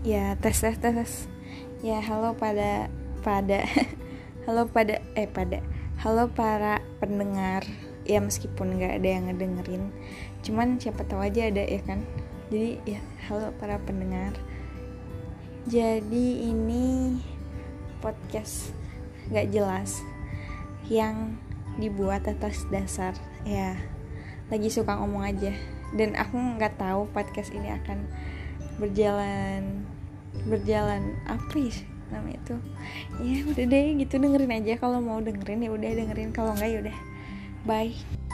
Ya, tes. Ya, pada halo halo para pendengar. Ya, meskipun nggak ada yang ngedengerin, cuman siapa tahu aja ada ya kan. Jadi ya, halo para pendengar. Jadi ini podcast nggak jelas yang dibuat atas dasar ya lagi suka ngomong aja, dan aku nggak tahu podcast ini akan berjalan apa sih namanya itu. Ya udah deh gitu, dengerin aja. Kalau mau dengerin ya udah dengerin, kalau enggak ya udah bye.